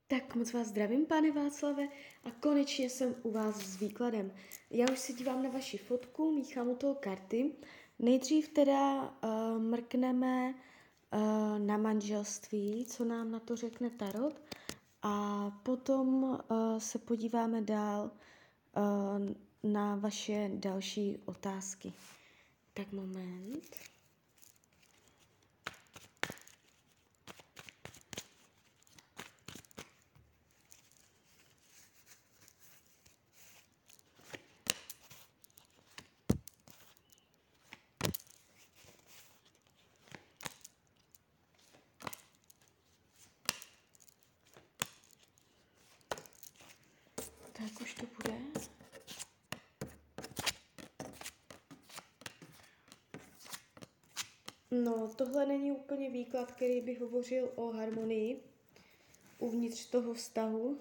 Tak moc vás zdravím, pane Václave, a konečně jsem u vás s výkladem. Já už se dívám na vaši fotku, míchám u toho karty. Nejdřív teda mrkneme na manželství, co nám na to řekne tarot, a potom se podíváme dál na vaše další otázky. Tak moment. Tak už to bude. No, tohle není úplně výklad, který by hovořil o harmonii uvnitř toho vztahu.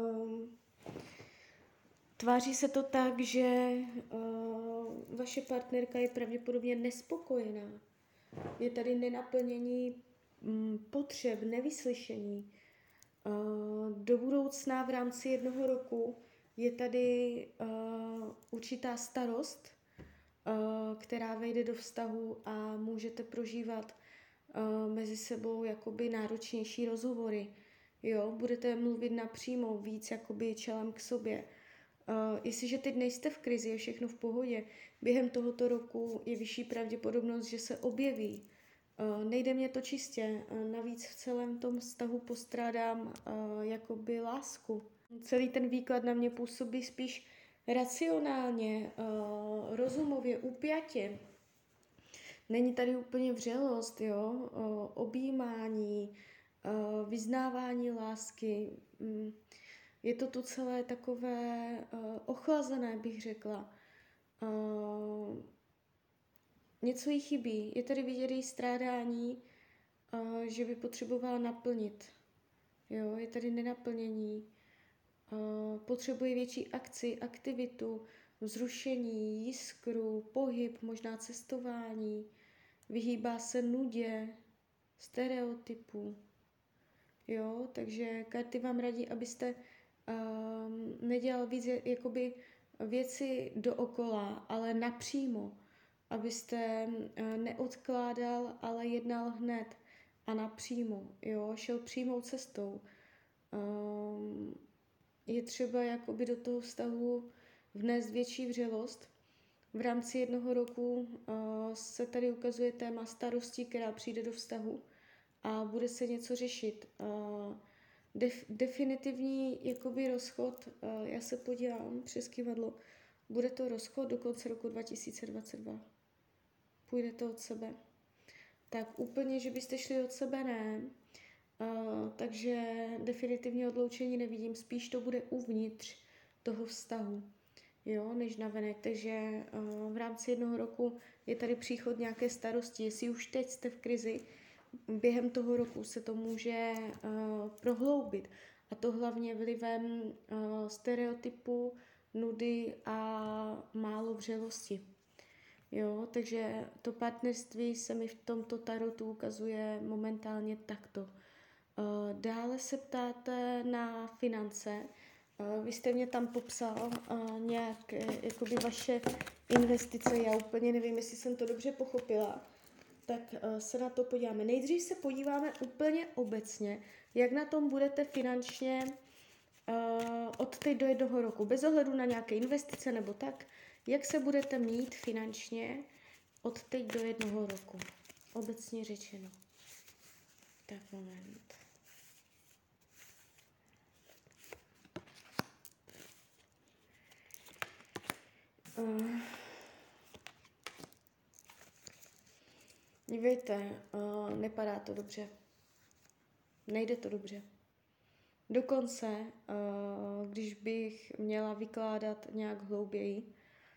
Tváří se to tak, že vaše partnerka je pravděpodobně nespokojená. Je tady nenaplnění potřeb, nevyslyšení. Do budoucna v rámci 1 roku je tady určitá starost, která vejde do vztahu a můžete prožívat mezi sebou jakoby náročnější rozhovory. Jo, budete mluvit napřímo, víc jakoby čelem k sobě. Jestliže teď nejste v krizi, je všechno v pohodě, během tohoto roku je vyšší pravděpodobnost, že se objeví. Nejde mě to čistě, navíc v celém tom vztahu postrádám jakoby lásku. Celý ten výklad na mě působí spíš racionálně, rozumově, upjatě. Není tady úplně vřelost, jo? Objímání, vyznávání lásky. Je to tu celé takové ochlazené, bych řekla. Něco jí chybí. Je tady vidět její strádání, že by potřebovala naplnit. Jo? Je tady nenaplnění. Potřebuje větší akci, aktivitu, vzrušení, jiskru, pohyb, možná cestování. Vyhýbá se nudě, stereotypu. Jo, takže karty vám radí, abyste nedělal víc jakoby věci dookola, ale napřímo. Abyste neodkládal, ale jednal hned a napřímo. Jo, šel přímou cestou. Je třeba jakoby do toho vztahu vnést větší vřelost. V rámci 1 roku se tady ukazuje téma starostí, která přijde do vztahu a bude se něco řešit. Definitivní jakoby rozchod, já se podívám přes kyvadlo, bude to rozchod do konce roku 2022. Půjdete od sebe. Tak úplně, že byste šli od sebe, ne. Takže definitivně odloučení nevidím, spíš to bude uvnitř toho vztahu, jo, než navenek. Takže v rámci 1 roku je tady příchod nějaké starosti. Jestli už teď jste v krizi, během toho roku se to může prohloubit. A to hlavně vlivem stereotypu, nudy a málo vřelosti. Jo, takže to partnerství se mi v tomto tarotu ukazuje momentálně takto. Dále se ptáte na finance. Vy jste mě tam popsal nějak jakoby vaše investice. Já úplně nevím, jestli jsem to dobře pochopila. Tak se na to podíváme. Nejdřív se podíváme úplně obecně, jak na tom budete finančně od teď do 1 roku. Bez ohledu na nějaké investice nebo tak, jak se budete mít finančně od teď do 1 roku. Obecně řečeno. Tak moment. Dívejte, nepadá to dobře. Nejde to dobře. Dokonce, když bych měla vykládat nějak hlouběji,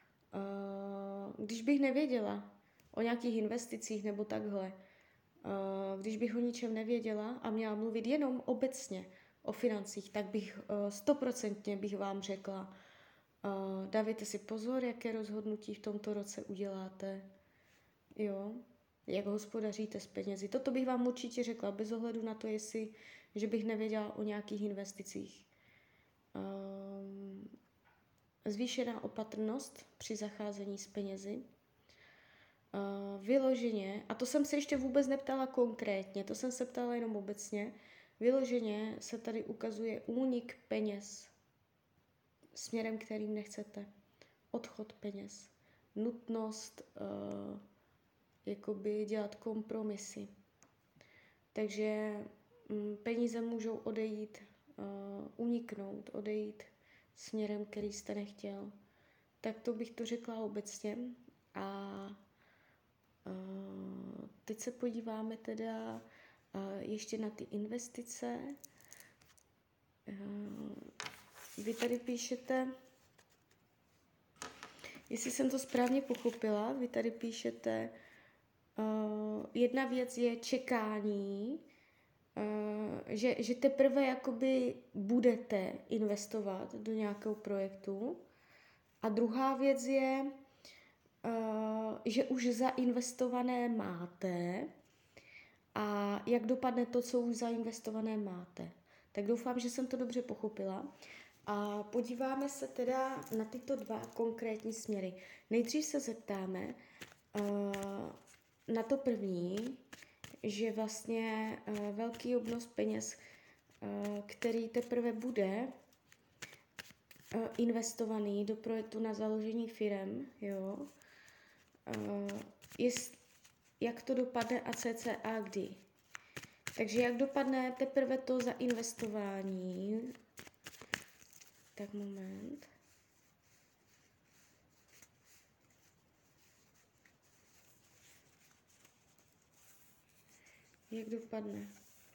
když bych nevěděla o nějakých investicích nebo takhle, když bych o ničem nevěděla a měla mluvit jenom obecně o financích, tak bych 100% bych vám řekla, dávejte si pozor, jaké rozhodnutí v tomto roce uděláte, jo, jak hospodaříte s penězi. Toto bych vám určitě řekla, bez ohledu na to, jestli že bych nevěděla o nějakých investicích. Zvýšená opatrnost při zacházení s penězi. Vyloženě, a to jsem se ještě vůbec neptala konkrétně, to jsem se ptala jenom obecně, vyloženě se tady ukazuje únik peněz směrem, kterým nechcete. Odchod peněz. Nutnost jakoby dělat kompromisy. Takže peníze můžou odejít, uniknout, odejít směrem, který jste nechtěl. Tak to bych to řekla obecně. A teď se podíváme teda ještě na ty investice. Vy tady píšete, jestli jsem to správně pochopila, vy tady píšete, jedna věc je čekání, že teprve jakoby budete investovat do nějakého projektu. A druhá věc je, že už zainvestované máte a jak dopadne to, co už zainvestované máte. Tak doufám, že jsem to dobře pochopila. A podíváme se teda na tyto dva konkrétní směry. Nejdřív se zeptáme na to první, že vlastně velký obnos peněz, který teprve bude investovaný do projektu na založení firem, jo, jak to dopadne a cca kdy. Takže jak dopadne teprve to zainvestování. Tak moment. Jak dopadne?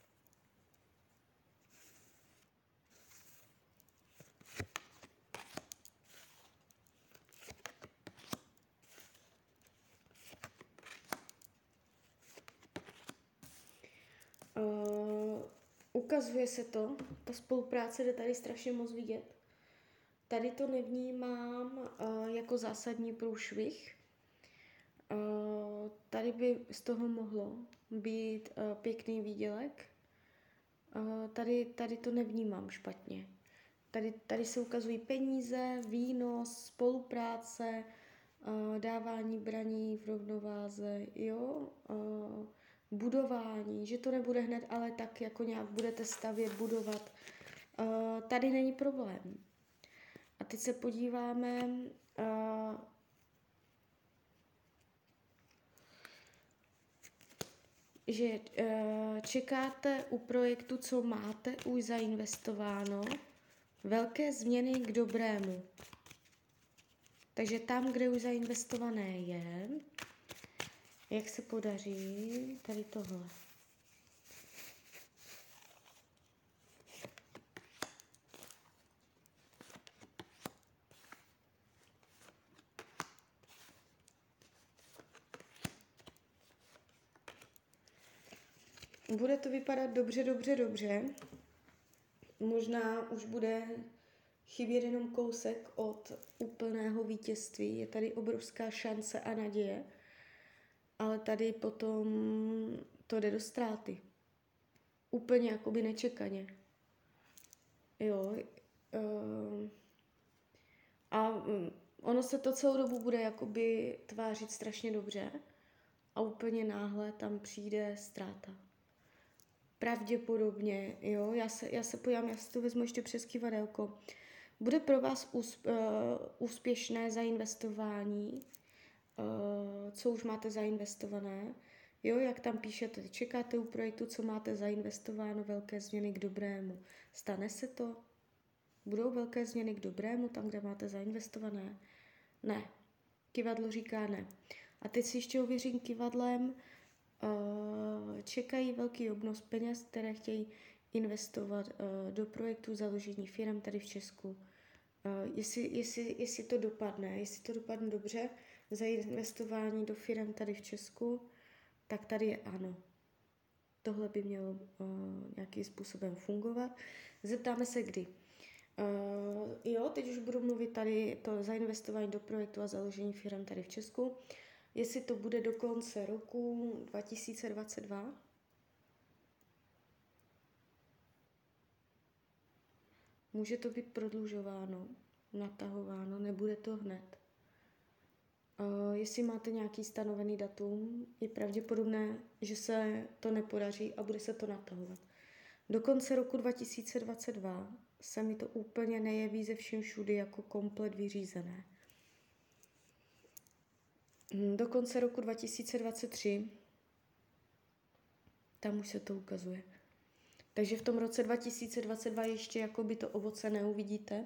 Ukazuje se to, ta spolupráce jde tady strašně moc vidět. Tady to nevnímám jako zásadní průšvih. Tady by z toho mohlo být pěkný výdělek. Tady to nevnímám špatně. Tady se ukazují peníze, výnos, spolupráce, dávání braní v rovnováze, jo, budování, že to nebude hned, ale tak jako nějak budete stavět, budovat. Tady není problém. A teď se podíváme, že čekáte u projektu, co máte už zainvestováno, velké změny k dobrému. Takže tam, kde už zainvestované je, jak se podaří tady tohle. Bude to vypadat dobře. Možná už bude chybět jenom kousek od úplného vítězství. Je tady obrovská šance a naděje, ale tady potom to jde do ztráty. Úplně jakoby nečekaně. Jo. A ono se to celou dobu bude jakoby tvářit strašně dobře a úplně náhle tam přijde ztráta. Pravděpodobně, jo, já se podívám, já si to vezmu ještě přes kyvadelko. Bude pro vás úspěšné zainvestování, co už máte zainvestované, jo, jak tam píšete, čekáte u projektu, co máte zainvestováno, velké změny k dobrému. Stane se to? Budou velké změny k dobrému tam, kde máte zainvestované? Ne. Kyvadlo říká ne. A teď si ještě ověřím kyvadlem, čekají velký obnos peněz, které chtějí investovat do projektu založení firem tady v Česku. Jestli to dopadne dobře, za investování do firem tady v Česku, tak tady je ano. Tohle by mělo nějakým způsobem fungovat. Zeptáme se kdy. Jo, teď už budu mluvit tady to zainvestování do projektu a založení firem tady v Česku. Jestli to bude do konce roku 2022, Může to být prodlužováno, natahováno, nebude to hned. Jestli máte nějaký stanovený datum, je pravděpodobné, že se to nepodaří a bude se to natahovat. Do konce roku 2022 se mi to úplně nejeví ze všem všudy jako komplet vyřízené. Do konce roku 2023 tam už se to ukazuje. Takže v tom roce 2022 ještě jakoby to ovoce neuvidíte.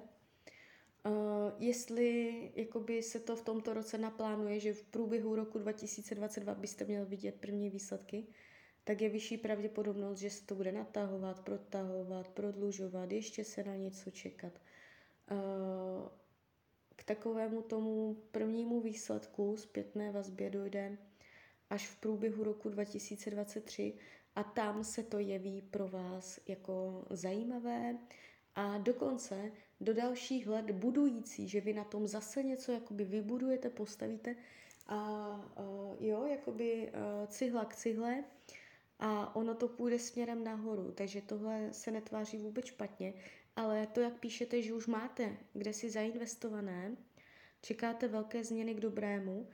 Jestli jakoby se to v tomto roce naplánuje, že v průběhu roku 2022 byste měli vidět první výsledky, tak je vyšší pravděpodobnost, že se to bude natahovat, protahovat, prodlužovat, ještě se na něco čekat. K takovému tomu prvnímu výsledku zpětné vazbě dojde až v průběhu roku 2023 a tam se to jeví pro vás jako zajímavé a dokonce do dalších let budující, že vy na tom zase něco jakoby vybudujete, postavíte cihla k cihle a ono to půjde směrem nahoru, takže tohle se netváří vůbec špatně, ale to, jak píšete, že už máte kde si zainvestované, čekáte velké změny k dobrému,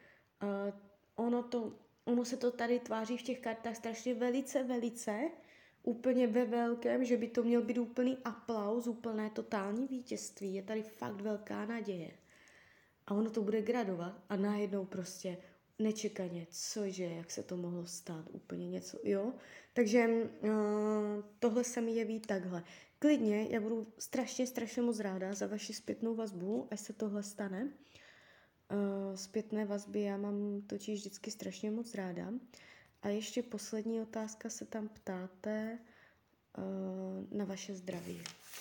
ono se to tady tváří v těch kartách strašně velice, úplně ve velkém, že by to měl být úplný aplauz, úplné totální vítězství, je tady fakt velká naděje. A ono to bude gradovat a najednou prostě nečekaně, cože, jak se to mohlo stát, úplně něco, jo. Takže tohle se mi jeví takhle. Klidně, já budu strašně moc ráda za vaši zpětnou vazbu, až se tohle stane. Zpětné vazby já mám totiž vždycky strašně moc ráda. A ještě poslední otázka, se tam ptáte na vaše zdraví.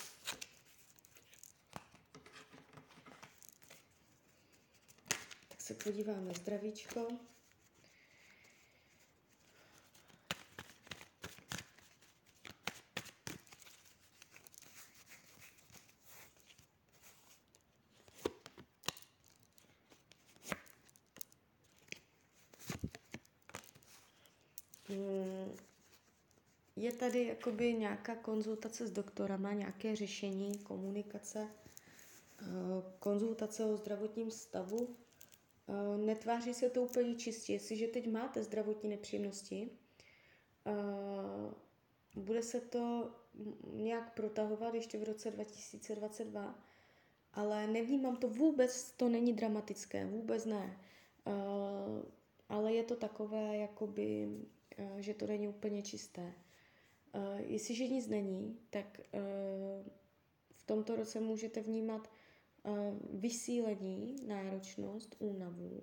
Tak se podíváme zdravíčko. Je tady jakoby nějaká konzultace s doktorama, nějaké řešení, komunikace, konzultace o zdravotním stavu. Netváří se to úplně čistě. Jestliže teď máte zdravotní nepříjemnosti, bude se to nějak protahovat ještě v roce 2022, ale nevnímám to vůbec, to není dramatické, vůbec ne. Ale je to takové, jakoby, že to není úplně čisté. Jestliže nic není, tak v tomto roce můžete vnímat vysílení, náročnost, únavu,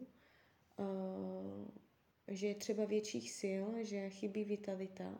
že je třeba větších sil, že chybí vitalita.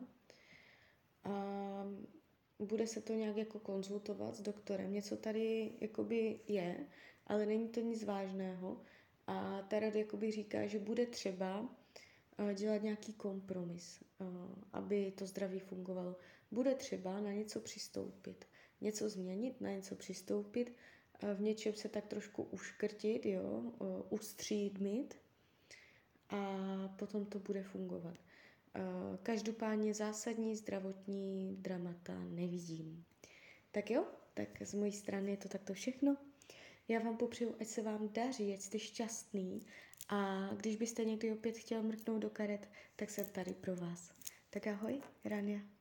A bude se to nějak jako konzultovat s doktorem. Něco tady jakoby je, ale není to nic vážného. A Tarot jakoby říká, že bude třeba dělat nějaký kompromis, aby to zdraví fungovalo. Bude třeba na něco přistoupit, něco změnit, na něco přistoupit, v něčem se tak trošku uškrtit, jo, ustřídmit a potom to bude fungovat. Každopádně zásadní zdravotní dramata nevidím. Tak jo, tak z mojí strany je to takto všechno. Já vám popřeju, ať se vám daří, ať jste šťastný a když byste někdy opět chtěl mrknout do karet, tak jsem tady pro vás. Tak ahoj, Rania.